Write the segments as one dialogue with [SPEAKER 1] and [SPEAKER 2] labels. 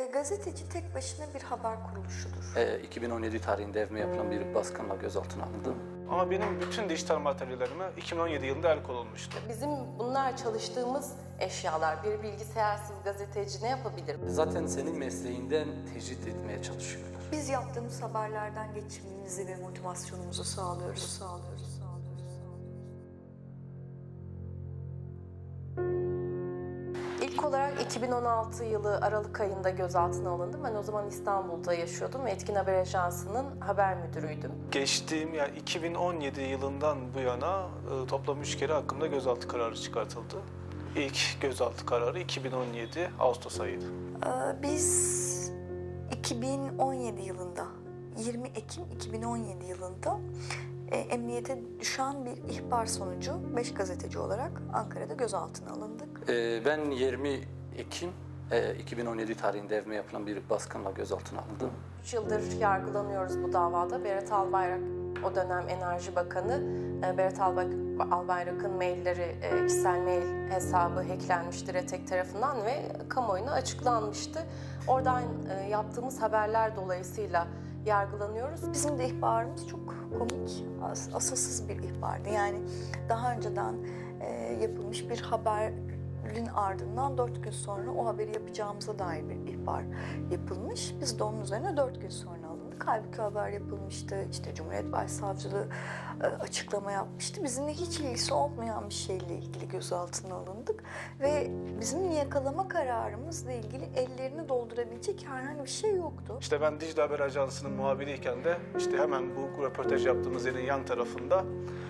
[SPEAKER 1] Gazeteci tek başına bir haber kuruluşudur.
[SPEAKER 2] 2017 tarihinde evime yapılan bir baskınla gözaltına alındım.
[SPEAKER 3] Ama benim bütün dijital materyallerime 2017 yılında el konulmuştu.
[SPEAKER 4] Bizim bunlar çalıştığımız eşyalar. Bir bilgisayarsız gazeteci ne yapabilir?
[SPEAKER 2] Zaten senin mesleğinden tecrit etmeye çalışıyorlar.
[SPEAKER 1] Biz yaptığımız haberlerden geçimimizi ve motivasyonumuzu sağlıyoruz.
[SPEAKER 4] İlk olarak 2016 yılı Aralık ayında gözaltına alındım. Ben o zaman İstanbul'da yaşıyordum ve Etkin Haber Ajansı'nın haber müdürüydüm.
[SPEAKER 3] Geçtiğim 2017 yılından bu yana toplam 3 kere hakkımda gözaltı kararı çıkartıldı. İlk gözaltı kararı 2017 Ağustos ayıydı.
[SPEAKER 1] Biz 2017 yılında, 20 Ekim 2017 yılında emniyete düşen bir ihbar sonucu 5 gazeteci olarak Ankara'da gözaltına alındık.
[SPEAKER 2] Ben 20 Ekim 2017 tarihinde evime yapılan bir baskınla gözaltına alındım.
[SPEAKER 4] 3 yıldır yargılanıyoruz bu davada. Berat Albayrak, o dönem Enerji Bakanı, Berat Albayrak'ın mailleri, kişisel mail hesabı hacklenmişti RETEK tarafından ve kamuoyuna açıklanmıştı. Oradan yaptığımız haberler dolayısıyla yargılanıyoruz.
[SPEAKER 1] Bizim de ihbarımız çok komik, asılsız bir ihbardı. Yani daha önceden yapılmış bir haberin ardından 4 gün sonra o haberi yapacağımıza dair bir ihbar yapılmış. Biz de onun üzerine 4 gün sonra alındık. Halbuki haber yapılmıştı. İşte Cumhuriyet Başsavcılığı açıklama yapmıştı. Bizimle hiç ilgisi olmayan bir şeyle ilgili gözaltına alındık. Ve bizim yakalama kararımızla ilgili ellerini doldurabilecek herhangi bir şey yoktu.
[SPEAKER 3] İşte ben Dijital Haber Ajansı'nın muhabiriyken de işte hemen bu röportaj yaptığımız yerin yan tarafında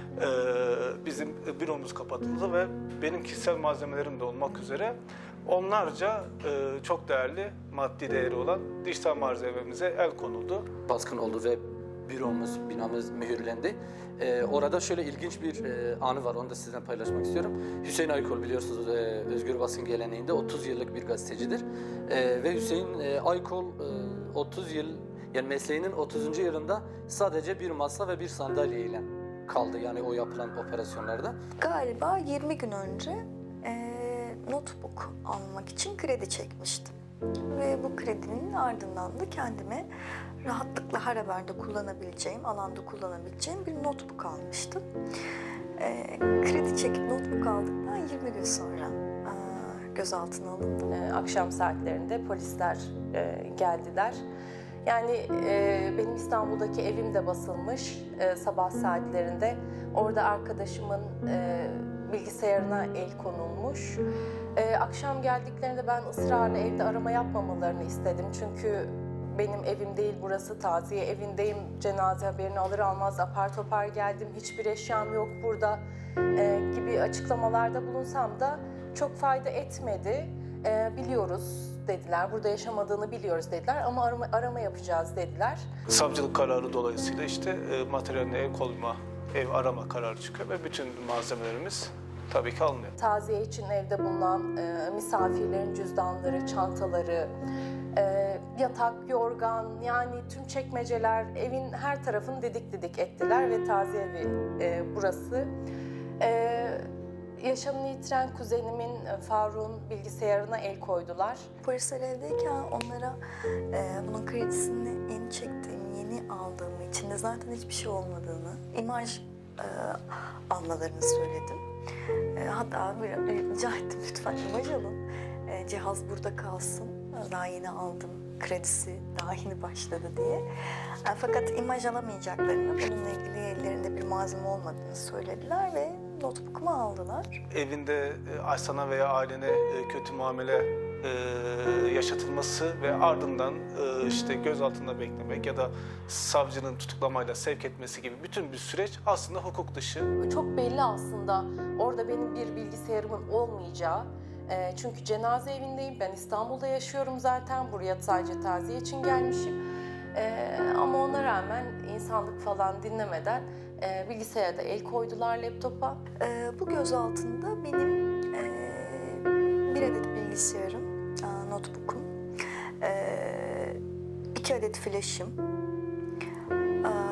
[SPEAKER 3] bizim büromuz kapatıldı ve benim kişisel malzemelerim de olmak üzere onlarca çok değerli maddi değeri olan dijital malzememize el konuldu.
[SPEAKER 2] Baskın oldu ve binamız mühürlendi. Orada şöyle ilginç bir anı var, onu da sizinle paylaşmak istiyorum. Hüseyin Aykol biliyorsunuz Özgür Basın geleneğinde 30 yıllık bir gazetecidir. Ve Hüseyin Aykol 30 yıl, yani mesleğinin 30. yılında sadece bir masa ve bir sandalye ile kaldı yani o yapılan operasyonlarda.
[SPEAKER 1] Galiba 20 gün önce notebook almak için kredi çekmiştim. Ve bu kredinin ardından da kendime rahatlıkla her haberde kullanabileceğim, alanda kullanabileceğim bir notebook almıştım. Kredi çekip notebook aldıktan 20 gün sonra gözaltına alındım.
[SPEAKER 4] Akşam saatlerinde polisler geldiler. Yani benim İstanbul'daki evim de basılmış sabah saatlerinde. Orada arkadaşımın bilgisayarına el konulmuş. Akşam geldiklerinde ben ısrarla evde arama yapmamalarını istedim. Çünkü benim evim değil burası, taziye evindeyim. Cenaze haberini alır almaz apar topar geldim. Hiçbir eşyam yok burada gibi açıklamalarda bulunsam da çok fayda etmedi. Biliyoruz dediler, burada yaşamadığını biliyoruz dediler ama arama yapacağız dediler.
[SPEAKER 3] Savcılık kararı dolayısıyla işte materyaline el koyma, ev arama kararı çıkıyor ve bütün malzemelerimiz tabii ki alınıyor.
[SPEAKER 4] Taziye için evde bulunan misafirlerin cüzdanları, çantaları, yatak, yorgan, yani tüm çekmeceler, evin her tarafını didik didik ettiler ve taziye evi burası. Yaşamını yitiren kuzenimin, Faruk'un bilgisayarına el koydular.
[SPEAKER 1] Polisler evdeyken onlara bunun kredisini yeni çektiğim, yeni aldığım için de zaten hiçbir şey olmadığını, imaj almalarını söyledim. Hatta rica ettim, lütfen imaj alın, cihaz burada kalsın, daha yeni aldım, kredisi daha yeni başladı diye. Fakat imaj alamayacaklarını, bununla ilgili ellerinde bir malzeme olmadığını söylediler ve notebook'umu aldılar.
[SPEAKER 3] Evinde sana veya ailene kötü muamele yaşatılması ve ardından işte gözaltında beklemek ya da savcının tutuklamayla sevk etmesi gibi bütün bir süreç aslında hukuk dışı.
[SPEAKER 4] Çok belli aslında orada benim bir bilgisayarımın olmayacağı. Çünkü cenaze evindeyim, ben İstanbul'da yaşıyorum zaten, buraya sadece taziye için gelmişim. Ama ona rağmen insanlık falan dinlemeden bilgisayara da el koydular, laptopa.
[SPEAKER 1] Bu gözaltında benim bir adet bilgisayarım, notebook'um, 2 adet flash'ım,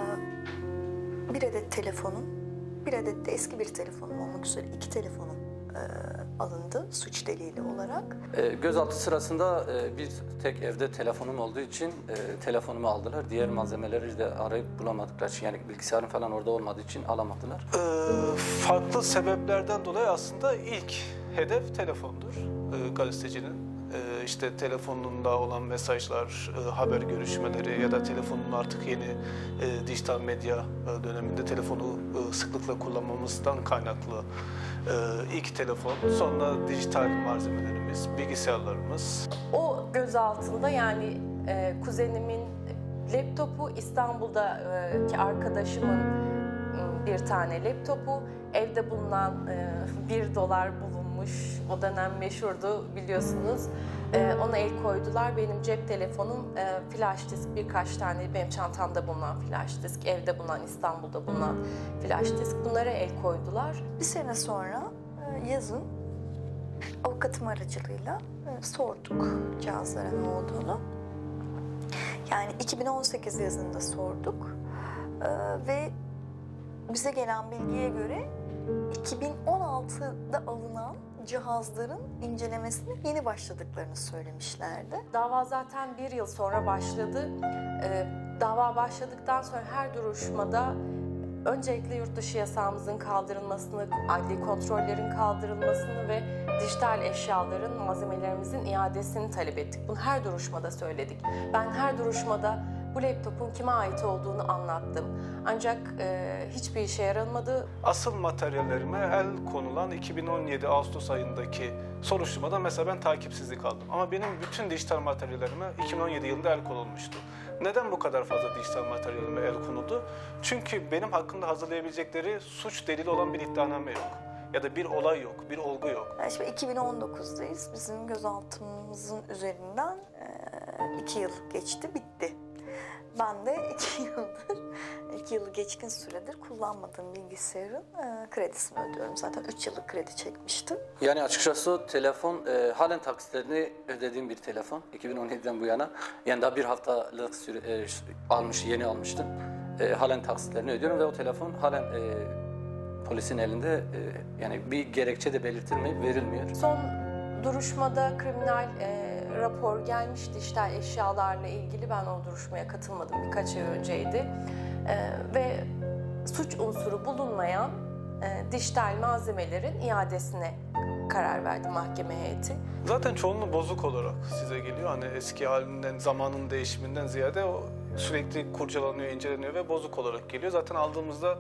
[SPEAKER 1] bir adet telefonum, bir adet de eski bir telefonum olmak üzere 2 telefonum alındı suç delili olarak.
[SPEAKER 2] Gözaltı sırasında bir tek evde telefonum olduğu için telefonumu aldılar. Diğer malzemeleri de arayıp bulamadıkları için, yani bilgisayarım falan orada olmadığı için alamadılar.
[SPEAKER 3] Farklı sebeplerden dolayı aslında ilk hedef telefondur gazetecinin. İşte telefonunda olan mesajlar, haber görüşmeleri ya da telefonun artık yeni dijital medya döneminde telefonu sıklıkla kullanmamızdan kaynaklı ilk telefon, sonra dijital malzemelerimiz, bilgisayarlarımız.
[SPEAKER 4] O gözaltında yani kuzenimin laptopu, İstanbul'daki arkadaşımın bir tane laptopu, evde bulunan $1 bulunmuş. O dönem meşhurdu biliyorsunuz. Ona el koydular. Benim cep telefonum, flash disk, birkaç tane benim çantamda bulunan flash disk, evde bulunan, İstanbul'da bulunan flash disk, bunlara el koydular.
[SPEAKER 1] Bir sene sonra yazın avukatım aracılığıyla sorduk cihazlara ne olduğunu. Yani 2018 yazında sorduk ve bize gelen bilgiye göre 2016'da alınan cihazların incelemesine yeni başladıklarını söylemişlerdi.
[SPEAKER 4] Dava zaten 1 yıl sonra başladı. Dava başladıktan sonra her duruşmada öncelikle yurt dışı yasağımızın kaldırılmasını, adli kontrollerin kaldırılmasını ve dijital eşyaların, malzemelerimizin iadesini talep ettik. Bunu her duruşmada söyledik. Ben her duruşmada bu laptopun kime ait olduğunu anlattım. Ancak hiçbir işe yaramadı.
[SPEAKER 3] Asıl materyallerime el konulan 2017 Ağustos ayındaki soruşturmada mesela ben takipsizlik aldım. Ama benim bütün dijital materyallerime 2017 yılında el konulmuştu. Neden bu kadar fazla dijital materyalime el konuldu? Çünkü benim hakkımda hazırlayabilecekleri suç delili olan bir iddianame yok. Ya da bir olay yok, bir olgu yok.
[SPEAKER 1] Yani şimdi 2019'dayız. Bizim gözaltımızın üzerinden 2 yıl geçti, bitti. Ben de 2 yılı geçkin süredir kullanmadığım bilgisayarın kredisini ödüyorum. Zaten 3 yıllık kredi çekmiştim.
[SPEAKER 2] Yani açıkçası o telefon halen taksitlerini ödediğim bir telefon. 2017'den bu yana. Yani daha bir haftalık süre yeni almıştım. Halen taksitlerini ödüyorum ve o telefon halen polisin elinde. Yani bir gerekçe de belirtilmeyip verilmiyor.
[SPEAKER 4] Son duruşmada kriminal rapor gelmiş dijital eşyalarla ilgili. Ben o duruşmaya katılmadım, birkaç ay önceydi. Ve suç unsuru bulunmayan dijital malzemelerin iadesine karar verdi mahkeme heyeti.
[SPEAKER 3] Zaten çoğunluğu bozuk olarak size geliyor. Hani eski halinden, zamanın değişiminden ziyade o sürekli kurcalanıyor, inceleniyor ve bozuk olarak geliyor. Zaten aldığımızda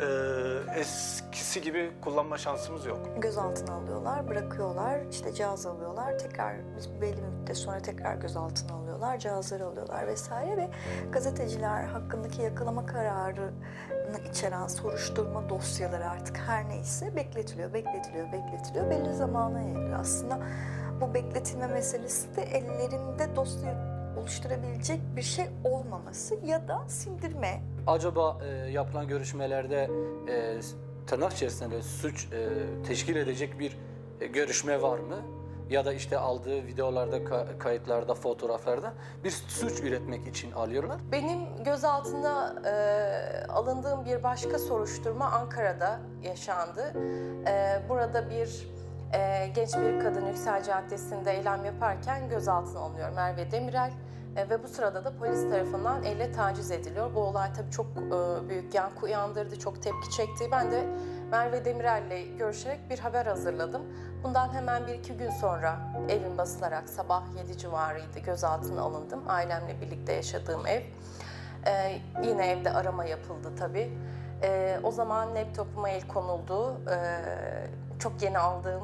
[SPEAKER 3] eskisi gibi kullanma şansımız yok.
[SPEAKER 1] Gözaltına alıyorlar, bırakıyorlar, işte cihaz alıyorlar, tekrar belli bir müddet sonra tekrar gözaltına alıyorlar, cihazları alıyorlar vesaire ve gazeteciler hakkındaki yakalama kararını içeren soruşturma dosyaları artık her neyse bekletiliyor belli zamana yayılıyor. Aslında bu bekletilme meselesi de ellerinde dosya oluşturabilecek bir şey olmaması ya da sindirme.
[SPEAKER 2] Acaba yapılan görüşmelerde tırnak içerisinde suç teşkil edecek bir görüşme var mı? Ya da işte aldığı videolarda, kayıtlarda, fotoğraflarda bir suç üretmek için alıyorlar.
[SPEAKER 4] Benim gözaltına alındığım bir başka soruşturma Ankara'da yaşandı. Burada bir genç bir kadın Yüksel Caddesi'nde eylem yaparken gözaltına alınıyor, Merve Demirel. Ve bu sırada da polis tarafından elle taciz ediliyor. Bu olay tabii çok büyük yankı uyandırdı, çok tepki çekti. Ben de Merve Demirel'le görüşerek bir haber hazırladım. Bundan hemen 1-2 gün sonra evim basılarak sabah 7 civarıydı, gözaltına alındım. Ailemle birlikte yaşadığım ev. Yine evde arama yapıldı tabii. O zaman laptopuma el konuldu. Çok yeni aldığım,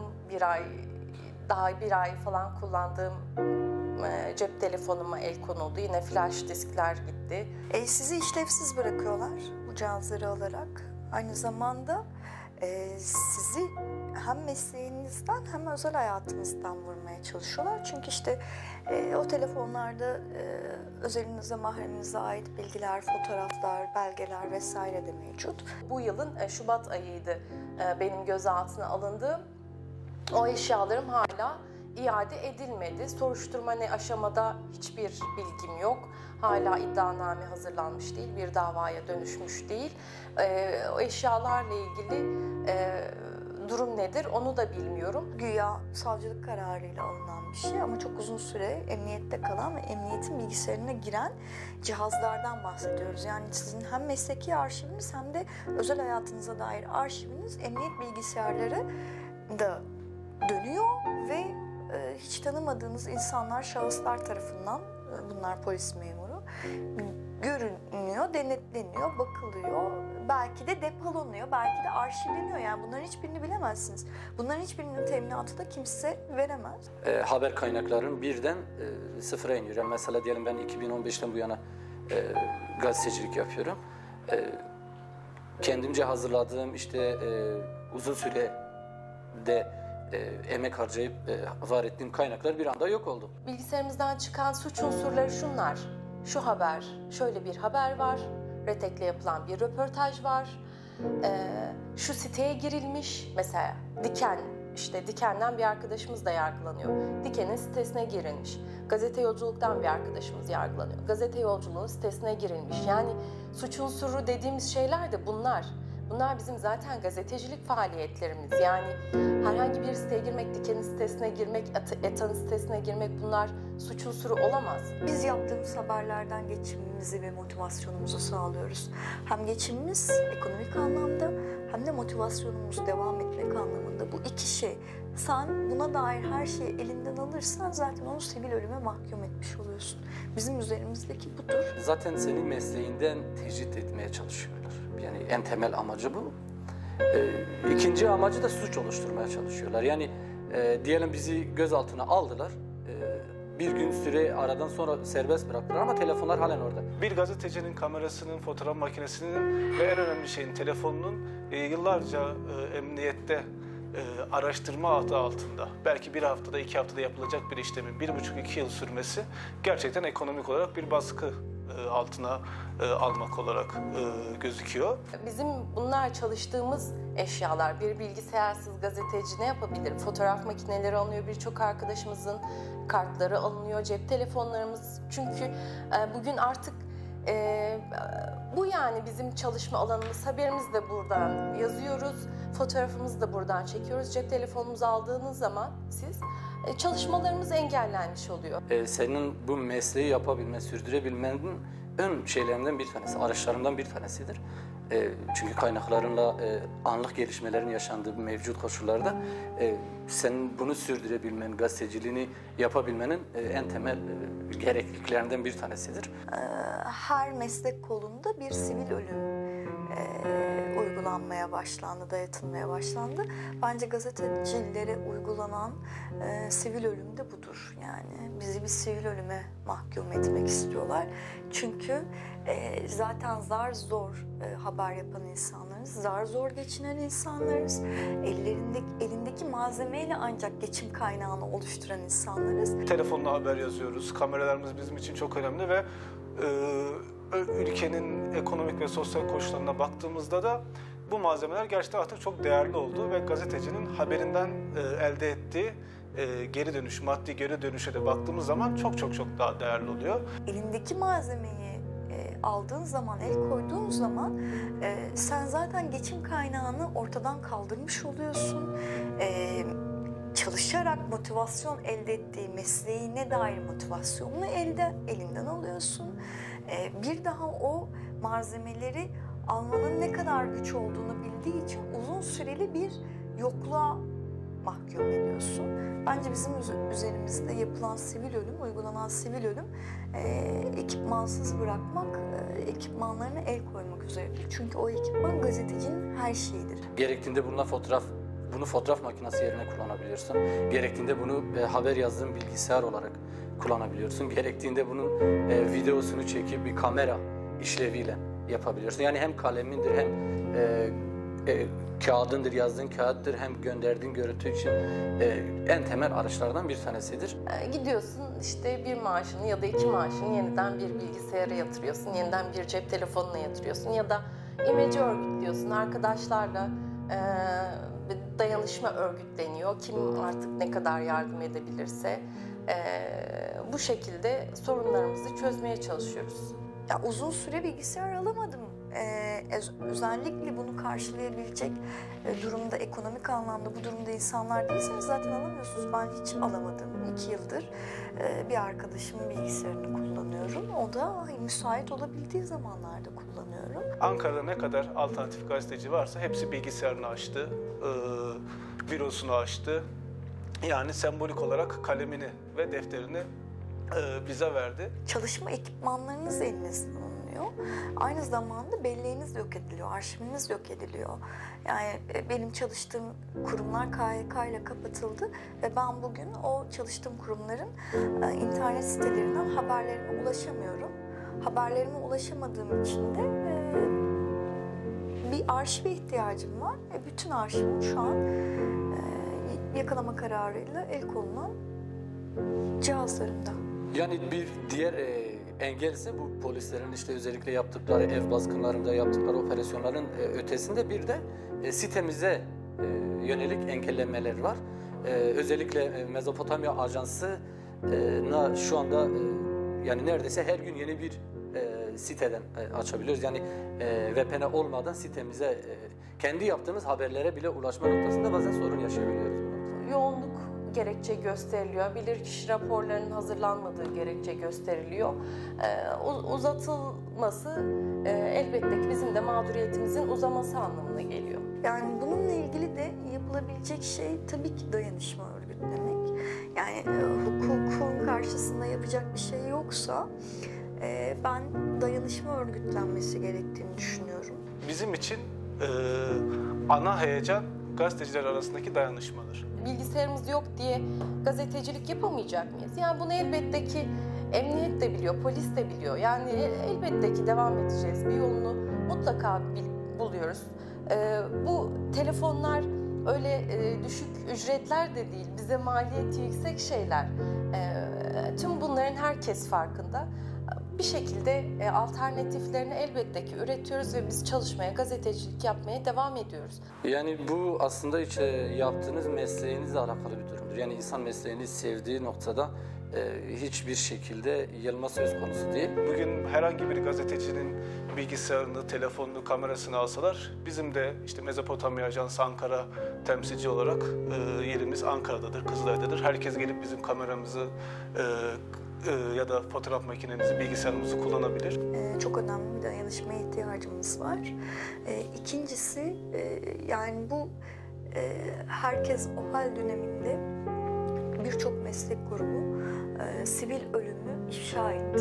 [SPEAKER 4] bir ay falan kullandığım cep telefonuma el konuldu. Yine flash diskler gitti.
[SPEAKER 1] Sizi işlevsiz bırakıyorlar bu cihazları alarak. Aynı zamanda sizi hem mesleğinizden hem özel hayatınızdan vurmaya çalışıyorlar. Çünkü işte o telefonlarda özelinize, mahreminize ait bilgiler, fotoğraflar, belgeler vesaire de mevcut.
[SPEAKER 4] Bu yılın Şubat ayıydı benim gözaltına alındığım. O eşyalarım hala iade edilmedi. Soruşturma ne aşamada hiçbir bilgim yok. Hala iddianame hazırlanmış değil, bir davaya dönüşmüş değil. O eşyalarla ilgili durum nedir onu da bilmiyorum.
[SPEAKER 1] Güya savcılık kararıyla alınan bir şey ama çok uzun süre emniyette kalan ve emniyetin bilgisayarına giren cihazlardan bahsediyoruz. Yani sizin hem mesleki arşiviniz hem de özel hayatınıza dair arşiviniz emniyet bilgisayarları da dönüyor ve hiç tanımadığınız insanlar, şahıslar tarafından, bunlar polis memuru, görünüyor, denetleniyor, bakılıyor. Belki de depolanıyor, belki de arşivleniyor. Yani bunların hiçbirini bilemezsiniz. Bunların hiçbirinin teminatı da kimse veremez.
[SPEAKER 2] Haber kaynaklarının birden sıfıra iniyor. Yani mesela diyelim ben 2015'ten bu yana gazetecilik yapıyorum. Kendimce hazırladığım işte uzun sürede emek harcayıp var ettiğim kaynaklar bir anda yok oldu.
[SPEAKER 4] Bilgisayarımızdan çıkan suç unsurları şunlar. Şu haber, şöyle bir haber var. Retek'le yapılan bir röportaj var. Şu siteye girilmiş. Mesela Diken, işte Diken'den bir arkadaşımız da yargılanıyor. Diken'in sitesine girilmiş. Gazete Yolculuk'tan bir arkadaşımız yargılanıyor. Gazete Yolculuğu sitesine girilmiş. Yani suç unsuru dediğimiz şeyler de bunlar. Bunlar bizim zaten gazetecilik faaliyetlerimiz. Yani herhangi bir siteye girmek, Diken'in sitesine girmek, ETA'nın sitesine girmek bunlar suç unsuru olamaz.
[SPEAKER 1] Biz yaptığımız haberlerden geçimimizi ve motivasyonumuzu sağlıyoruz. Hem geçimimiz ekonomik anlamda hem de motivasyonumuzu devam etmek anlamında. Bu iki şey. Sen buna dair her şeyi elinden alırsan zaten onu sivil ölüme mahkum etmiş oluyorsun. Bizim üzerimizdeki budur.
[SPEAKER 2] Zaten seni mesleğinden tecrit etmeye çalışıyorlar. Yani en temel amacı bu. İkinci amacı da suç oluşturmaya çalışıyorlar. Yani diyelim bizi gözaltına aldılar. Bir gün süre aradan sonra serbest bıraktılar ama telefonlar halen orada.
[SPEAKER 3] Bir gazetecinin kamerasının, fotoğraf makinesinin ve en önemli şeyin telefonunun yıllarca emniyette araştırma adı altında, belki bir haftada, 2 haftada yapılacak bir işlemin 1,5-2 yıl sürmesi gerçekten ekonomik olarak bir baskı altına almak olarak gözüküyor.
[SPEAKER 4] Bizim bunlar çalıştığımız eşyalar. Bir bilgisayarsız gazeteci ne yapabilir? Fotoğraf makineleri alınıyor, birçok arkadaşımızın kartları alınıyor, cep telefonlarımız. Çünkü bugün artık bu yani bizim çalışma alanımız. Haberimizi de buradan yazıyoruz, fotoğrafımızı da buradan çekiyoruz. Cep telefonumuzu aldığınız zaman siz çalışmalarımız engellenmiş oluyor.
[SPEAKER 2] Senin bu mesleği yapabilme, sürdürebilmenin ön şeylerinden bir tanesi, araçlarından bir tanesidir. Çünkü kaynaklarınla anlık gelişmelerin yaşandığı mevcut koşullarda senin bunu sürdürebilmen, gazeteciliğini yapabilmenin en temel gerekliliklerinden bir tanesidir.
[SPEAKER 1] Her meslek kolunda bir sivil ölüm uygulanmaya başlandı, dayatılmaya başlandı. Bence gazetecilere uygulanan sivil ölüm de budur. Yani bizi bir sivil ölüme mahkum etmek istiyorlar. Çünkü zaten zar zor haber yapan insanlarız, zar zor geçinen insanlarız. Elindeki malzemeyle ancak geçim kaynağını oluşturan insanlarız.
[SPEAKER 3] Telefonla haber yazıyoruz, kameralarımız bizim için çok önemli ve ülkenin ekonomik ve sosyal koşullarına baktığımızda da bu malzemeler gerçekten artık çok değerli oldu ve gazetecinin haberinden elde ettiği geri dönüş, maddi geri dönüşe de baktığımız zaman çok daha değerli oluyor.
[SPEAKER 1] Elindeki malzemeyi aldığın zaman, el koyduğun zaman sen zaten geçim kaynağını ortadan kaldırmış oluyorsun. Çalışarak motivasyon elde ettiği mesleğine dair motivasyonunu elinden alıyorsun. Bir daha o malzemeleri almanın ne kadar güç olduğunu bildiği için uzun süreli bir yokluğa mahkum ediyorsun. Bence bizim üzerimizde yapılan sivil ölüm, uygulanan sivil ölüm ekipmansız bırakmak, ekipmanlarına el koymak üzeredir. Çünkü o ekipman gazetecinin her şeyidir.
[SPEAKER 2] Gerektiğinde bunu fotoğraf makinesi yerine kullanabiliyorsun. Gerektiğinde bunu haber yazdığın bilgisayar olarak kullanabiliyorsun. Gerektiğinde bunun videosunu çekip bir kamera işleviyle yapabiliyorsun. Yani hem kalemindir hem kağıdındır, yazdığın kağıttır, hem gönderdiğin görüntü için en temel araçlardan bir tanesidir.
[SPEAKER 4] Gidiyorsun işte bir maaşını ya da 2 maaşını yeniden bir bilgisayara yatırıyorsun, yeniden bir cep telefonuna yatırıyorsun ya da imece örgütlüyorsun arkadaşlarla. Dayanışma örgütleniyor. Kim artık ne kadar yardım edebilirse bu şekilde sorunlarımızı çözmeye çalışıyoruz.
[SPEAKER 1] Ya uzun süre bilgisayar alamadım. özellikle bunu karşılayabilecek durumda, ekonomik anlamda bu durumda insanlar değilseniz zaten alamıyorsunuz. Ben hiç alamadım. 2 yıldır bir arkadaşımın bilgisayarını kullanıyorum. O da müsait olabildiği zamanlarda kullanıyorum.
[SPEAKER 3] Ankara'da ne kadar alternatif gazeteci varsa hepsi bilgisayarını açtı, bürosunu açtı. Yani sembolik olarak kalemini ve defterini bize verdi.
[SPEAKER 1] Çalışma ekipmanlarınız elinizden alınıyor. Aynı zamanda belleğiniz yok ediliyor, arşiviniz yok ediliyor. Yani benim çalıştığım kurumlar KHK ile kapatıldı ve ben bugün o çalıştığım kurumların internet sitelerinden haberlerime ulaşamıyorum. Haberlerime ulaşamadığım için de bir arşive ihtiyacım var. Bütün arşivim şu an yakalama kararıyla el konulan cihazlarımda.
[SPEAKER 2] Yani bir diğer engel ise bu polislerin işte özellikle yaptıkları ev baskınlarında yaptıkları operasyonların ötesinde bir de sitemize yönelik engellemeler var. Özellikle Mezopotamya Ajansı'na şu anda yani neredeyse her gün yeni bir siteden açabiliyoruz. Yani VPN olmadan sitemize kendi yaptığımız haberlere bile ulaşma noktasında bazen sorun yaşayabiliyoruz.
[SPEAKER 4] Yoğunluk gerekçe gösteriliyor. Bilirkişi raporlarının hazırlanmadığı gerekçe gösteriliyor. Uzatılması elbette ki bizim de mağduriyetimizin uzaması anlamına geliyor.
[SPEAKER 1] Yani bununla ilgili de yapılabilecek şey tabii ki dayanışma örgütlemek. Yani hukukun karşısında yapacak bir şey yoksa ben dayanışma örgütlenmesi gerektiğini düşünüyorum.
[SPEAKER 3] Bizim için ana heyecan gazeteciler arasındaki dayanışmadır.
[SPEAKER 4] Bilgisayarımız yok diye gazetecilik yapamayacak mıyız? Yani bunu elbette ki emniyet de biliyor, polis de biliyor. Yani elbette ki devam edeceğiz. Bir yolunu mutlaka buluyoruz. Bu telefonlar öyle düşük ücretler de değil, bize maliyeti yüksek şeyler. Tüm bunların herkes farkında. Bir şekilde alternatiflerini elbette ki üretiyoruz ve biz çalışmaya, gazetecilik yapmaya devam ediyoruz.
[SPEAKER 2] Yani bu aslında işte yaptığınız mesleğinizle alakalı bir durumdur. Yani insan mesleğini sevdiği noktada hiçbir şekilde yılma söz konusu değil.
[SPEAKER 3] Bugün herhangi bir gazetecinin bilgisayarını, telefonunu, kamerasını alsalar bizim de işte Mezopotamya Ajansı Ankara temsilci olarak yerimiz Ankara'dadır, Kızılay'dadır. Herkes gelip bizim kameramızı ya da fotoğraf makinemizi, bilgisayarımızı kullanabilir.
[SPEAKER 1] Çok önemli bir dayanışmaya ihtiyacımız var. İkincisi yani bu herkes o hal döneminde birçok meslek grubu sivil ölümü ifşa etti.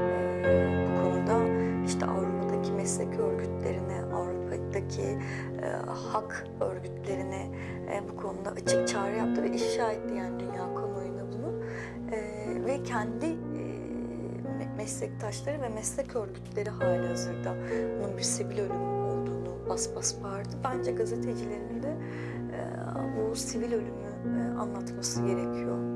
[SPEAKER 1] Bu konuda işte Avrupa'daki meslek örgütlerine, Avrupa'daki hak örgütlerine bu konuda açık çağrı yaptı ve ifşa etti yani dünya kamuoyuna bunu. Ve kendi meslektaşları ve meslek örgütleri halihazırda bunun bir sivil ölüm olduğunu bas bas bağırdı. Bence gazetecilerin de bu sivil ölümü anlatması gerekiyor.